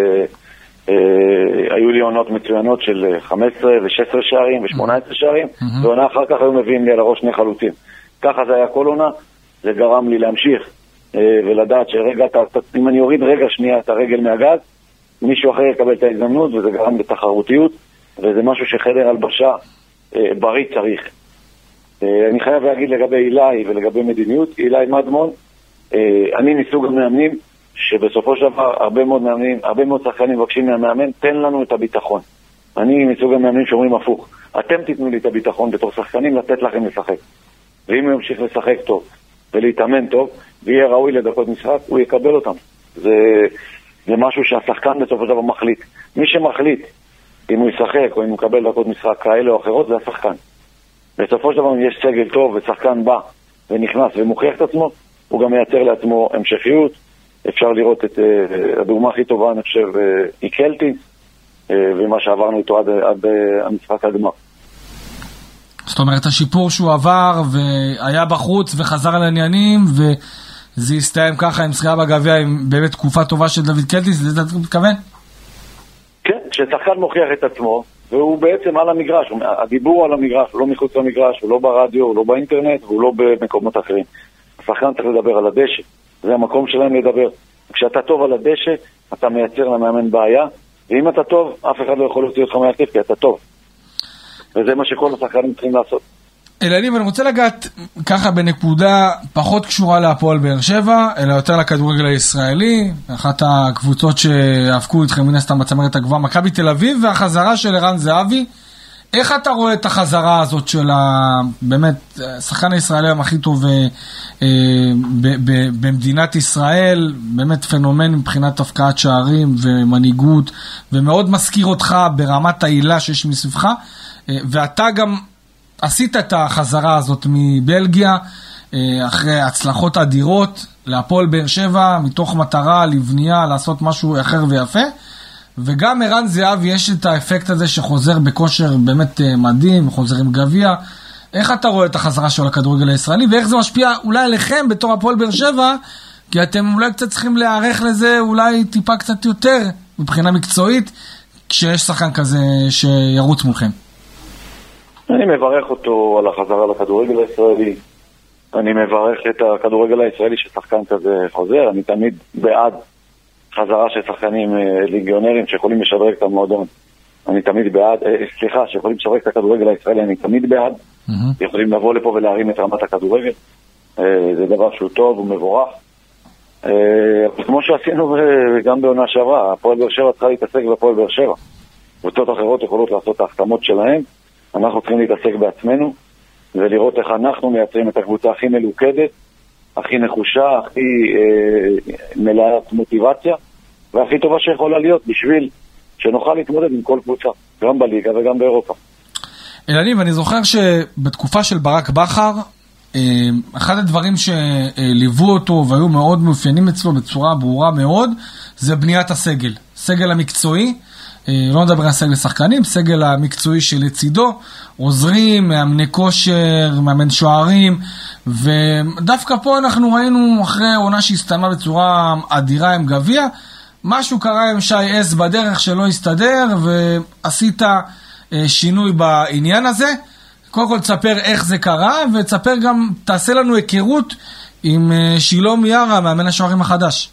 היו לי עונות מצוינות של חמש עשרה ו-שש עשרה שערים ו-שמונה עשרה שערים, ועונה אחר כך היו מביאים לי על הראש שני חלוצים. ככה זה היה כל עונה, זה גרם לי להמשיך ולדעת שרגע, אם אני אוריד רגע שנייה את הרגל מהגז, מישהו אחר יקבל את ההזדמנות, וזה גרם בתחרותיות, וזה משהו שחדר הלבשה בריא צריך. אני חייב להגיד לגבי אילי ולגבי מדיניות, אילי מדמון, אני מסוג המאמנים שבסופו של דבר הרבה מאוד מאמנים, הרבה מאוד שחקנים מבקשים מהמאמן, תן לנו את הביטחון. אני מסוג המאמנים שאומרים הפוך, אתם תיתנו לי את הביטחון בתור שחקנים לתת לכם לשחק. ואם הוא ימשיך לשחק טוב ולהתאמן טוב, ויהיה ראוי לדקות משחק, הוא יקבל אותם. זה, זה משהו שהשחקן בסופו של דבר מחליט. מי שמחליט אם הוא ישחק או אם הוא מקבל דקות משחק כאלה או אחרות, זה השחקן. בסופו של דבר אם יש סגל טוב ושחקן בא ונכנס ומוכיח את עצמו, הוא גם מייצר לעצמו המשכיות. אפשר לראות את uh, הדוגמה הכי טובה, אני חושב, היא uh, קלטי, uh, ומה שעברנו איתו עד, עד uh, המשחק הגמר. זאת אומרת, השיפור שהוא עבר והיה בחוץ וחזר על העניינים, וזה הסתיים ככה עם זכייה בגביע, עם באמת תקופה טובה של דוד קלטי, זה אתה מתכוון? כן, כששחקן מוכיח את עצמו, והוא בעצם על המגרש, הדיבור על המגרש, הוא לא מחוץ למגרש, הוא לא ברדיו, הוא לא באינטרנט, והוא לא במקומות אחרים. השחקן צריך לדבר על הדשא, זה המקום שלהם לדבר. כשאתה טוב על הדשא, אתה מייצר למאמן בעיה, ואם אתה טוב, אף אחד לא יכול להוציא אותך מהרכב, כי אתה טוב. וזה מה שכל השחקנים צריכים לעשות. אלניב, אני רוצה לגעת ככה בנקודה פחות קשורה להפועל באר שבע, אלא יותר לכדורגל הישראלי, אחת הקבוצות שהפקו אתכם מן הסתם בצמרת הגבוהה, מכבי תל אביב, והחזרה של ערן זהבי. איך אתה רואה את החזרה הזאת של באמת השחקן הישראלי הכי טוב במדינת ישראל, באמת פנומן מבחינת הפקעת שערים ומנהיגות, ומאוד מזכיר אותך ברמת העילה שיש מסביבך, ואתה גם עשית את החזרה הזאת מבלגיה, אחרי הצלחות אדירות, להפועל באר שבע, מתוך מטרה לבנייה, לעשות משהו אחר ויפה, וגם ערן זהבי יש את האפקט הזה שחוזר בכושר באמת מדהים, חוזר עם גביע. איך אתה רואה את החזרה של הכדורגל הישראלי, ואיך זה משפיע אולי עליכם בתור הפועל באר שבע, כי אתם אולי קצת צריכים להיערך לזה, אולי טיפה קצת יותר מבחינה מקצועית, כשיש שחקן כזה שירוץ מולכם. אני מברך אותו על החזרה לכדורגל הישראלי, אני מברך את הכדורגל הישראלי ששחקן כזה חוזר, אני תמיד בעד חזרה של שחקנים ליגיונרים שיכולים לשדרג את המועדון. אני תמיד בעד, סליחה, שיכולים לשדרג את הכדורגל הישראלי, אני תמיד בעד. Mm-hmm. יכולים לבוא לפה ולהרים את רמת הכדורגל. זה דבר שהוא טוב ומבורך. כמו שעשינו גם בעונה שעברה, הפועל באר שבע צריכה להתעסק בפועל באר שבע. קבוצות אחרות יכולות לעשות את ההחתמות שלהם. אנחנו צריכים להתעסק בעצמנו ולראות איך אנחנו מייצרים את הקבוצה הכי מלוכדת, הכי נחושה, הכי אה, מלאת מוטיבציה, והכי טובה שיכולה להיות בשביל שנוכל להתמודד עם כל קבוצה, גם בליגה וגם באירופה. אלניב, אני זוכר שבתקופה של ברק בכר, אה, אחד הדברים שליוו אותו והיו מאוד מאופיינים אצלו בצורה ברורה מאוד, זה בניית הסגל, סגל המקצועי, לא נדבר על סגל שחקנים, סגל המקצועי שלצידו, עוזרים, מאמני כושר, מאמן שוערים, ודווקא פה אנחנו ראינו אחרי עונה שהסתיימה בצורה אדירה עם גביע, משהו קרה עם שי אס בדרך שלא הסתדר, ועשית שינוי בעניין הזה. קודם כל תספר איך זה קרה, ותספר גם, תעשה לנו היכרות עם שילום ירה, מאמן השוערים החדש.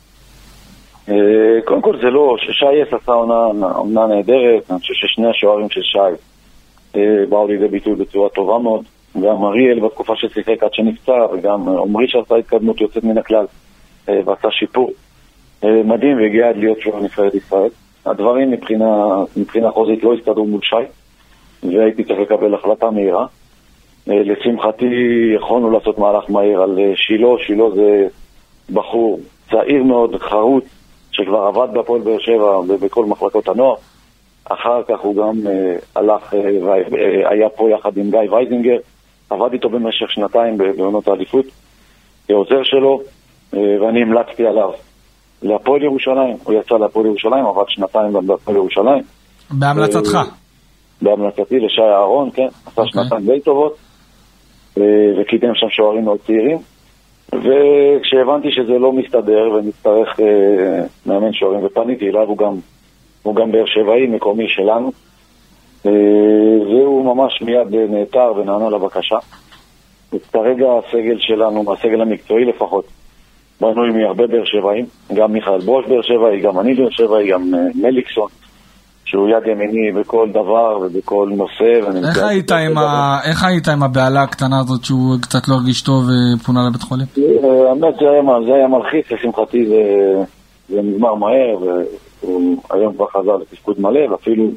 קודם כל זה לא, ששי אס עשה עונה נהדרת, אני חושב ששני השוערים של שי באו לידי ביטוי בצורה טובה מאוד, גם אריאל בתקופה ששיחק עד שנפצע, וגם עומרי שעשה התקדמות יוצאת מן הכלל ועשה שיפור מדהים והגיע עד להיות שוער נבחרת ישראל. הדברים מבחינה, מבחינה חוזית לא הסתדרו מול שי, והייתי צריך לקבל החלטה מהירה. לשמחתי יכולנו לעשות מהלך מהיר על שילו, שילו זה בחור צעיר מאוד, חרוץ, שכבר עבד בהפועל באר שבע ובכל מחלקות הנוער. אחר כך הוא גם אה, הלך אה, והיה פה יחד עם גיא וייזינגר, עבד איתו במשך שנתיים בעונות האליפות כעוזר שלו, אה, ואני המלצתי עליו להפועל ירושלים. הוא יצא להפועל ירושלים, עבד שנתיים גם בהפועל ירושלים. בהמלצתך? אה, בהמלצתי לשי אהרון, כן, עשה okay. שנתיים די טובות, אה, וקידם שם שוערים מאוד צעירים. וכשהבנתי שזה לא מסתדר ונצטרך אה, מאמן שוערים ופניתי אליו, הוא גם, הוא גם באר שבעי מקומי שלנו, אה, והוא ממש מיד נעתר ונענה לבקשה. כרגע הסגל שלנו, הסגל המקצועי לפחות, בנוי מהרבה באר שבעים, גם מיכאל ברוש באר שבעי, גם אני באר שבעי, גם אה, מליקסון, שהוא יד ימיני בכל דבר ובכל נושא. איך היית עם ה... איך היית עם הבעלה הקטנה הזאת שהוא קצת לא הרגיש טוב ופונה לבית חולים? האמת, זה היה מלחיץ, לשמחתי זה נגמר מהר, והוא היום כבר חזר לתפקוד מלא, ואפילו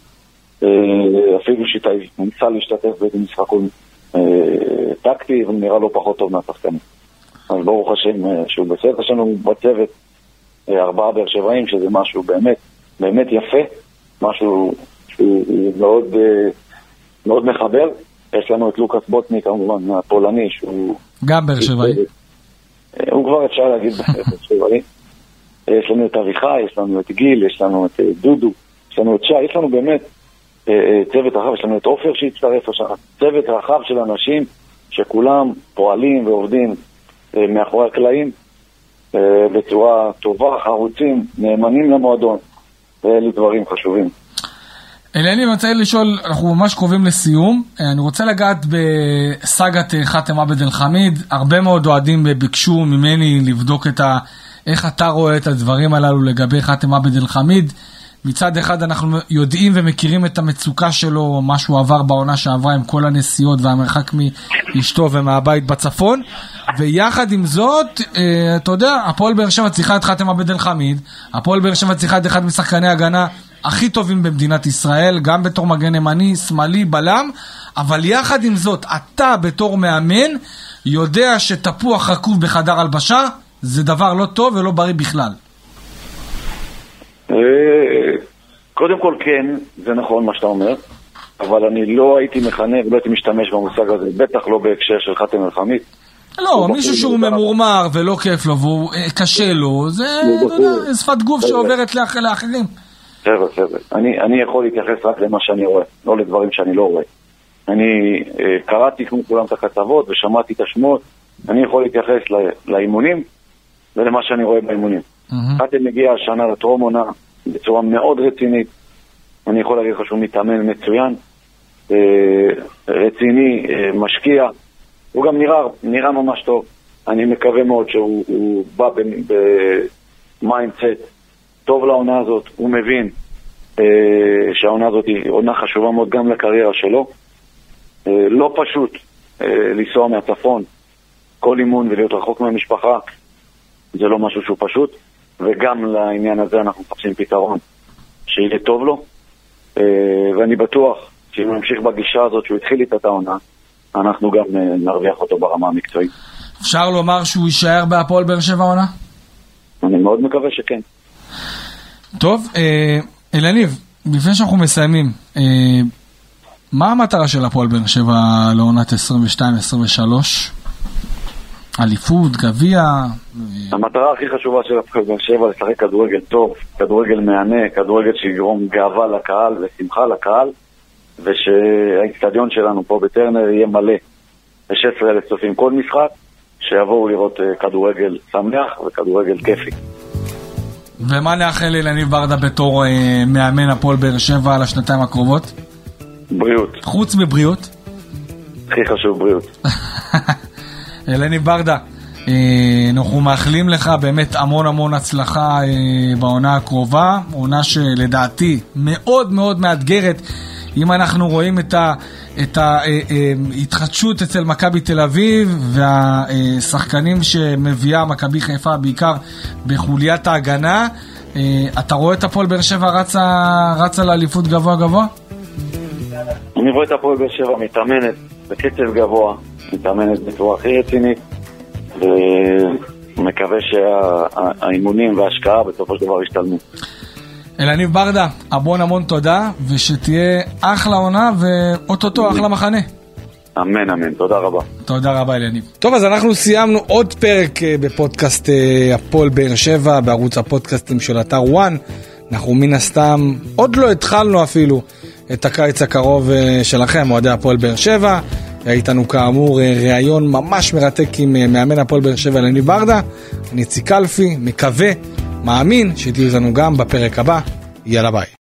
אפילו שניסה להשתתף באיזה משחקון טקטי, ונראה לו פחות טוב מהשחקנים. אז ברוך השם שהוא בסדר. יש לנו בצוות ארבעה באר שבעים, שזה משהו באמת, באמת יפה, משהו שהוא מאוד, מאוד מחבר. יש לנו את לוקאס בוטני, כמובן, הפולני, שהוא... גם באר שבעי. הוא כבר אפשר להגיד באר שבעי. יש לנו את אביחי, יש לנו את גיל, יש לנו את דודו, יש לנו את שי, יש לנו באמת צוות רחב, יש לנו את אופר שהצטרף, צוות רחב של אנשים שכולם פועלים ועובדים מאחורי הקלעים בצורה טובה, חרוצים, נאמנים למועדון, ואלה דברים חשובים. אלני, אני רוצה לשאול, אנחנו ממש קרובים לסיום, אני רוצה לגעת בסגת חאתם עבד אל חמיד. הרבה מאוד אוהדים ביקשו ממני לבדוק את ה... איך אתה רואה את הדברים הללו לגבי חאתם עבד אל חמיד. מצד אחד אנחנו יודעים ומכירים את המצוקה שלו, מה שהוא עבר בעונה שעברה עם כל הנסיעות והמרחק מאשתו ומהבית בצפון, ויחד עם זאת, אתה יודע, הפועל באר שבע צריכה את חאתם עבד אל חמיד, הפועל באר שבע צריכה את אחד משחקני הגנה הכי טובים במדינת ישראל, גם בתור מגן ימני, שמאלי, בלם, אבל יחד עם זאת, אתה בתור מאמן, יודע שתפוח רקוב בחדר הלבשה, זה דבר לא טוב ולא בריא בכלל. קודם כל כן, זה נכון מה שאתה אומר, אבל אני לא הייתי מכנה ולא הייתי משתמש במושג הזה, בטח לא בהקשר של חאתם אל חמיד. לא, מישהו שהוא ממורמר ולא כיף לו והוא קשה לו, זה שפת גוף שעוברת לאחרים. חבר'ה, חבר'ה, אני יכול להתייחס רק למה שאני רואה, לא לדברים שאני לא רואה. אני קראתי כמו כולם את הכתבות ושמעתי את השמות, אני יכול להתייחס לאימונים ולמה שאני רואה באימונים. חאתם מגיע השנה לטרום עונה בצורה מאוד רצינית. אני יכול להגיד לך שהוא מתאמן מצוין, רציני, משקיע. הוא גם נראה, נראה ממש טוב. אני מקווה מאוד שהוא בא במיינדסט טוב לעונה הזאת. הוא מבין שהעונה הזאת היא עונה חשובה מאוד גם לקריירה שלו. לא פשוט לנסוע מהצפון כל אימון ולהיות רחוק מהמשפחה. זה לא משהו שהוא פשוט. וגם לעניין הזה אנחנו מחפשים פתרון שיהיה טוב לו, ואני בטוח שאם הוא ימשיך בגישה הזאת שהוא התחיל איתה את העונה, אנחנו גם נרוויח אותו ברמה המקצועית. אפשר לומר שהוא יישאר בהפועל באר שבע עונה? אני מאוד מקווה שכן. טוב, אלניב, לפני שאנחנו מסיימים, מה המטרה של הפועל באר שבע לעונת עשרים ושתיים עשרים ושלוש? אליפות, גביע? המטרה הכי חשובה של הפועל באר שבע לשחק כדורגל טוב, כדורגל מענה, כדורגל שיגרום גאווה לקהל ושמחה לקהל, ושהאצטדיון שלנו פה בטרנר יהיה מלא ב-שש עשרה אלף צופים כל משחק, שיבואו לראות כדורגל שמח וכדורגל כיפי. ומה נאחל לאלניב ברדה בתור מאמן הפועל באר שבע על השנתיים הקרובות? בריאות. חוץ מבריאות? הכי חשוב בריאות. אלניב ברדה, אנחנו מאחלים לך באמת המון המון הצלחה בעונה הקרובה, עונה שלדעתי מאוד מאוד מאתגרת. אם אנחנו רואים את ה את ההתחדשות אצל מכבי תל אביב והשחקנים שמביאה מכבי חיפה בעיקר בחוליית ההגנה, אתה רואה את הפועל באר שבע רצה רצה לאליפות גבוה גבוה? אני רואה את הפועל באר שבע מתאמנת בקצב גבוה, מתאמנת בצורה הכי רצינית, ומקווה שהאימונים וההשקעה בסופו של דבר ישתלמו. אלניב ברדה, המון המון תודה, ושתהיה אחלה עונה ואוטוטו אחלה מחנה. אמן, אמן, תודה רבה. תודה רבה אלניב. טוב, אז אנחנו סיימנו עוד פרק בפודקאסט הפועל באר שבע, בערוץ הפודקאסטים של אתר וואן. אנחנו מן הסתם עוד לא התחלנו אפילו את הקיץ הקרוב שלכם, אוהדי הפועל באר שבע. איתנו כאמור ראיון ממש מרתק עם מאמן הפועל באר שבע אלניב ברדה. אני ציקלפי, מקווה, מאמין שתהיו לנו גם בפרק הבא. יאללה ביי.